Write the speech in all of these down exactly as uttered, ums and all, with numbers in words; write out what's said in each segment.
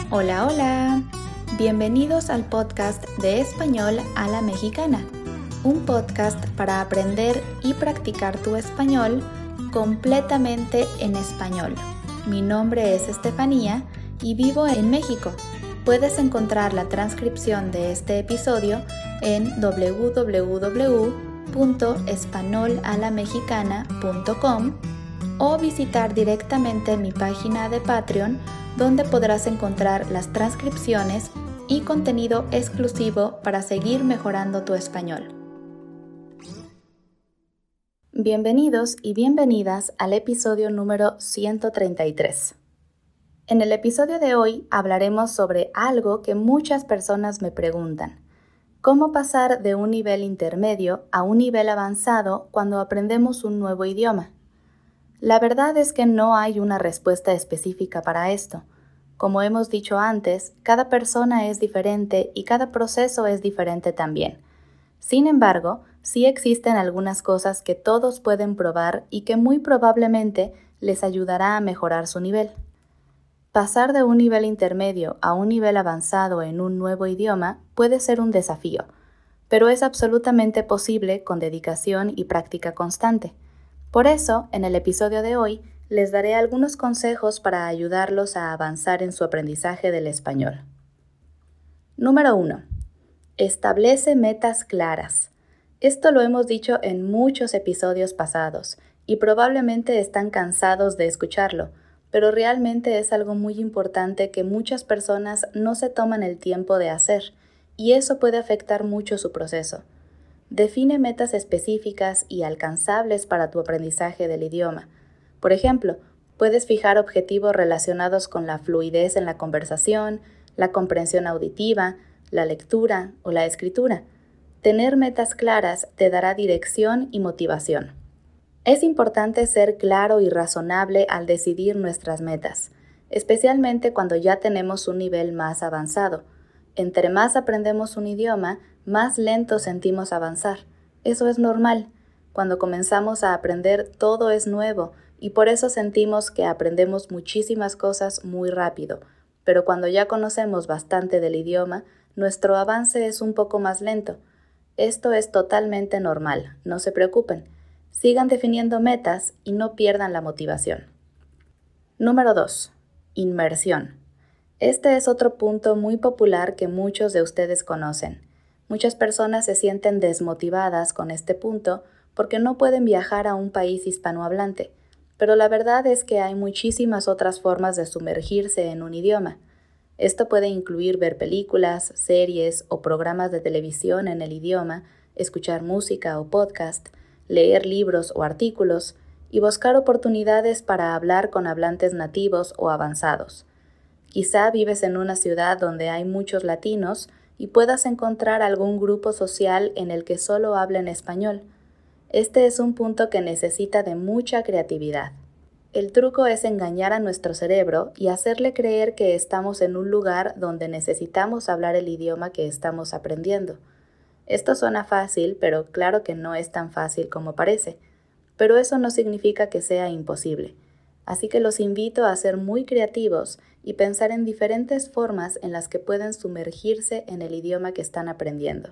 Hola, hola. Bienvenidos al podcast de Español a la Mexicana, un podcast para aprender y practicar tu español completamente en español. Mi nombre es Estefanía y vivo en México. Puedes encontrar la transcripción de este episodio en doble u doble u doble u punto español a la mexicana punto com o visitar directamente mi página de Patreon, donde podrás encontrar las transcripciones y contenido exclusivo para seguir mejorando tu español. Bienvenidos y bienvenidas al episodio número ciento treinta y tres. En el episodio de hoy hablaremos sobre algo que muchas personas me preguntan: ¿cómo pasar de un nivel intermedio a un nivel avanzado cuando aprendemos un nuevo idioma? La verdad es que no hay una respuesta específica para esto. Como hemos dicho antes, cada persona es diferente y cada proceso es diferente también. Sin embargo, sí existen algunas cosas que todos pueden probar y que muy probablemente les ayudará a mejorar su nivel. Pasar de un nivel intermedio a un nivel avanzado en un nuevo idioma puede ser un desafío, pero es absolutamente posible con dedicación y práctica constante. Por eso, en el episodio de hoy, les daré algunos consejos para ayudarlos a avanzar en su aprendizaje del español. Número uno. Establece metas claras. Esto lo hemos dicho en muchos episodios pasados y probablemente están cansados de escucharlo, pero realmente es algo muy importante que muchas personas no se toman el tiempo de hacer, y eso puede afectar mucho su proceso. Define metas específicas y alcanzables para tu aprendizaje del idioma. Por ejemplo, puedes fijar objetivos relacionados con la fluidez en la conversación, la comprensión auditiva, la lectura o la escritura. Tener metas claras te dará dirección y motivación. Es importante ser claro y razonable al decidir nuestras metas, especialmente cuando ya tenemos un nivel más avanzado. Entre más aprendemos un idioma, más lento sentimos avanzar. Eso es normal. Cuando comenzamos a aprender, todo es nuevo y por eso sentimos que aprendemos muchísimas cosas muy rápido. Pero cuando ya conocemos bastante del idioma, nuestro avance es un poco más lento. Esto es totalmente normal, no se preocupen. Sigan definiendo metas y no pierdan la motivación. Número dos. Inmersión. Este es otro punto muy popular que muchos de ustedes conocen. Muchas personas se sienten desmotivadas con este punto porque no pueden viajar a un país hispanohablante, pero la verdad es que hay muchísimas otras formas de sumergirse en un idioma. Esto puede incluir ver películas, series o programas de televisión en el idioma, escuchar música o podcast, leer libros o artículos y buscar oportunidades para hablar con hablantes nativos o avanzados. Quizá vives en una ciudad donde hay muchos latinos y puedas encontrar algún grupo social en el que solo hablen español. Este es un punto que necesita de mucha creatividad. El truco es engañar a nuestro cerebro y hacerle creer que estamos en un lugar donde necesitamos hablar el idioma que estamos aprendiendo. Esto suena fácil, pero claro que no es tan fácil como parece. Pero eso no significa que sea imposible. Así que los invito a ser muy creativos y pensar en diferentes formas en las que pueden sumergirse en el idioma que están aprendiendo.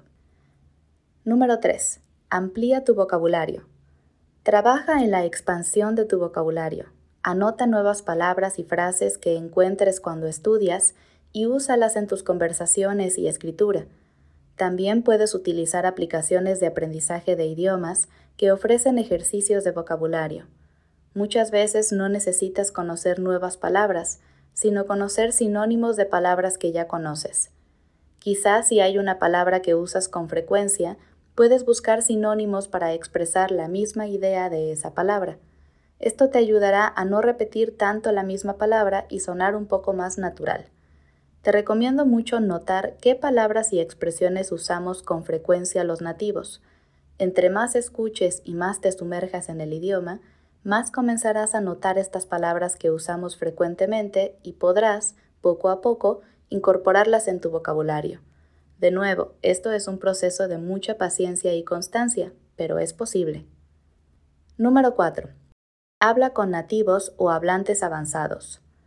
Número tres. Amplía tu vocabulario. Trabaja en la expansión de tu vocabulario. Anota nuevas palabras y frases que encuentres cuando estudias y úsalas en tus conversaciones y escritura. También puedes utilizar aplicaciones de aprendizaje de idiomas que ofrecen ejercicios de vocabulario. Muchas veces no necesitas conocer nuevas palabras, sino conocer sinónimos de palabras que ya conoces. Quizás si hay una palabra que usas con frecuencia, puedes buscar sinónimos para expresar la misma idea de esa palabra. Esto te ayudará a no repetir tanto la misma palabra y sonar un poco más natural. Te recomiendo mucho notar qué palabras y expresiones usamos con frecuencia los nativos. Entre más escuches y más te sumerjas en el idioma, más comenzarás a notar estas palabras que usamos frecuentemente y podrás, poco a poco, incorporarlas en tu vocabulario. De nuevo, esto es un proceso de mucha paciencia y constancia, pero es posible. Número cuatro. Habla con nativos o hablantes avanzados.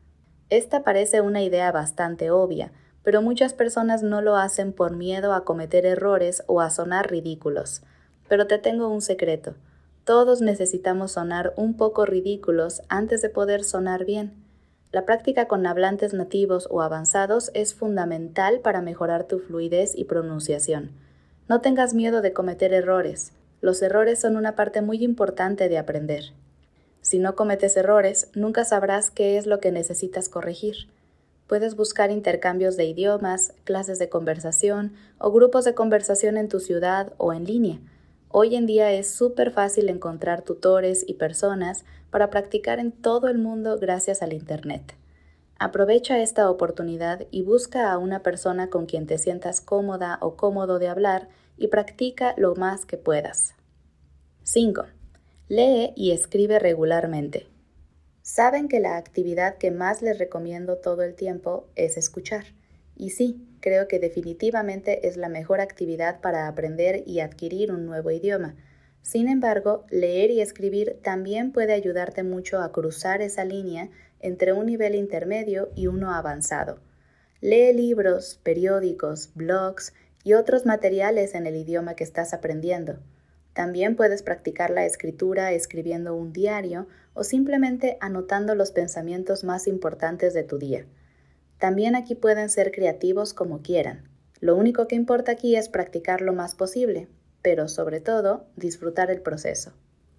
Esta parece una idea bastante obvia, pero muchas personas no lo hacen por miedo a cometer errores o a sonar ridículos. Pero te tengo un secreto. Todos necesitamos sonar un poco ridículos antes de poder sonar bien. La práctica con hablantes nativos o avanzados es fundamental para mejorar tu fluidez y pronunciación. No tengas miedo de cometer errores. Los errores son una parte muy importante de aprender. Si no cometes errores, nunca sabrás qué es lo que necesitas corregir. Puedes buscar intercambios de idiomas, clases de conversación o grupos de conversación en tu ciudad o en línea. Hoy en día es súper fácil encontrar tutores y personas para practicar en todo el mundo gracias al Internet. Aprovecha esta oportunidad y busca a una persona con quien te sientas cómoda o cómodo de hablar y practica lo más que puedas. cinco. Lee y escribe regularmente. Saben que la actividad que más les recomiendo todo el tiempo es escuchar. Y sí, creo que definitivamente es la mejor actividad para aprender y adquirir un nuevo idioma. Sin embargo, leer y escribir también puede ayudarte mucho a cruzar esa línea entre un nivel intermedio y uno avanzado. Lee libros, periódicos, blogs y otros materiales en el idioma que estás aprendiendo. También puedes practicar la escritura escribiendo un diario o simplemente anotando los pensamientos más importantes de tu día. También aquí pueden ser creativos como quieran. Lo único que importa aquí es practicar lo más posible, pero sobre todo, disfrutar el proceso.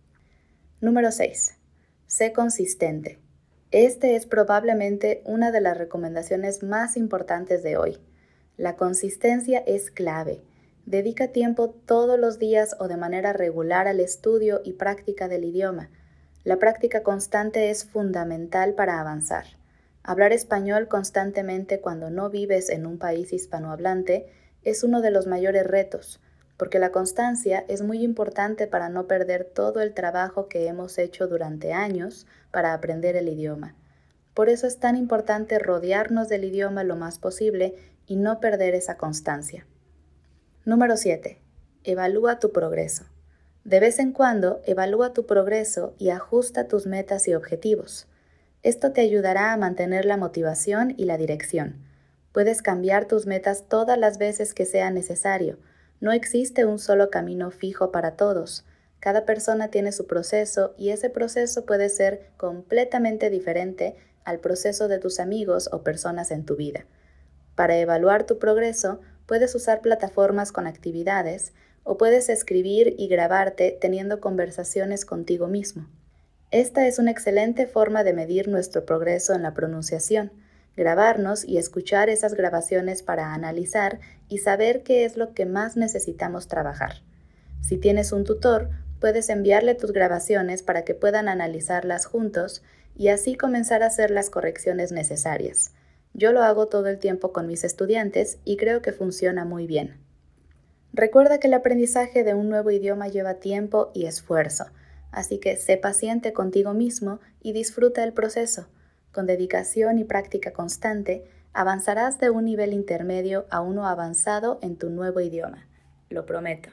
Número seis. Sé consistente. Este es probablemente una de las recomendaciones más importantes de hoy. La consistencia es clave. Dedica tiempo todos los días o de manera regular al estudio y práctica del idioma. La práctica constante es fundamental para avanzar. Hablar español constantemente cuando no vives en un país hispanohablante es uno de los mayores retos, porque la constancia es muy importante para no perder todo el trabajo que hemos hecho durante años para aprender el idioma. Por eso es tan importante rodearnos del idioma lo más posible y no perder esa constancia. Número siete. Evalúa tu progreso. De vez en cuando, evalúa tu progreso y ajusta tus metas y objetivos. Esto te ayudará a mantener la motivación y la dirección. Puedes cambiar tus metas todas las veces que sea necesario. No existe un solo camino fijo para todos. Cada persona tiene su proceso y ese proceso puede ser completamente diferente al proceso de tus amigos o personas en tu vida. Para evaluar tu progreso, puedes usar plataformas con actividades o puedes escribir y grabarte teniendo conversaciones contigo mismo. Esta es una excelente forma de medir nuestro progreso en la pronunciación, grabarnos y escuchar esas grabaciones para analizar y saber qué es lo que más necesitamos trabajar. Si tienes un tutor, puedes enviarle tus grabaciones para que puedan analizarlas juntos y así comenzar a hacer las correcciones necesarias. Yo lo hago todo el tiempo con mis estudiantes y creo que funciona muy bien. Recuerda que el aprendizaje de un nuevo idioma lleva tiempo y esfuerzo. Así que sé paciente contigo mismo y disfruta el proceso. Con dedicación y práctica constante, avanzarás de un nivel intermedio a uno avanzado en tu nuevo idioma. Lo prometo.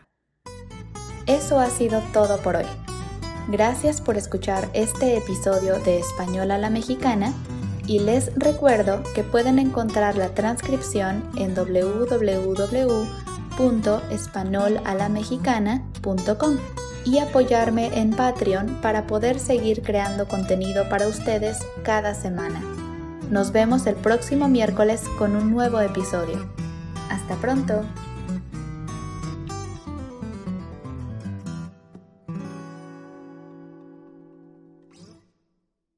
Eso ha sido todo por hoy. Gracias por escuchar este episodio de Español a la Mexicana y les recuerdo que pueden encontrar la transcripción en doble u doble u doble u punto español a la mexicana punto com. y apoyarme en Patreon para poder seguir creando contenido para ustedes cada semana. Nos vemos el próximo miércoles con un nuevo episodio. ¡Hasta pronto!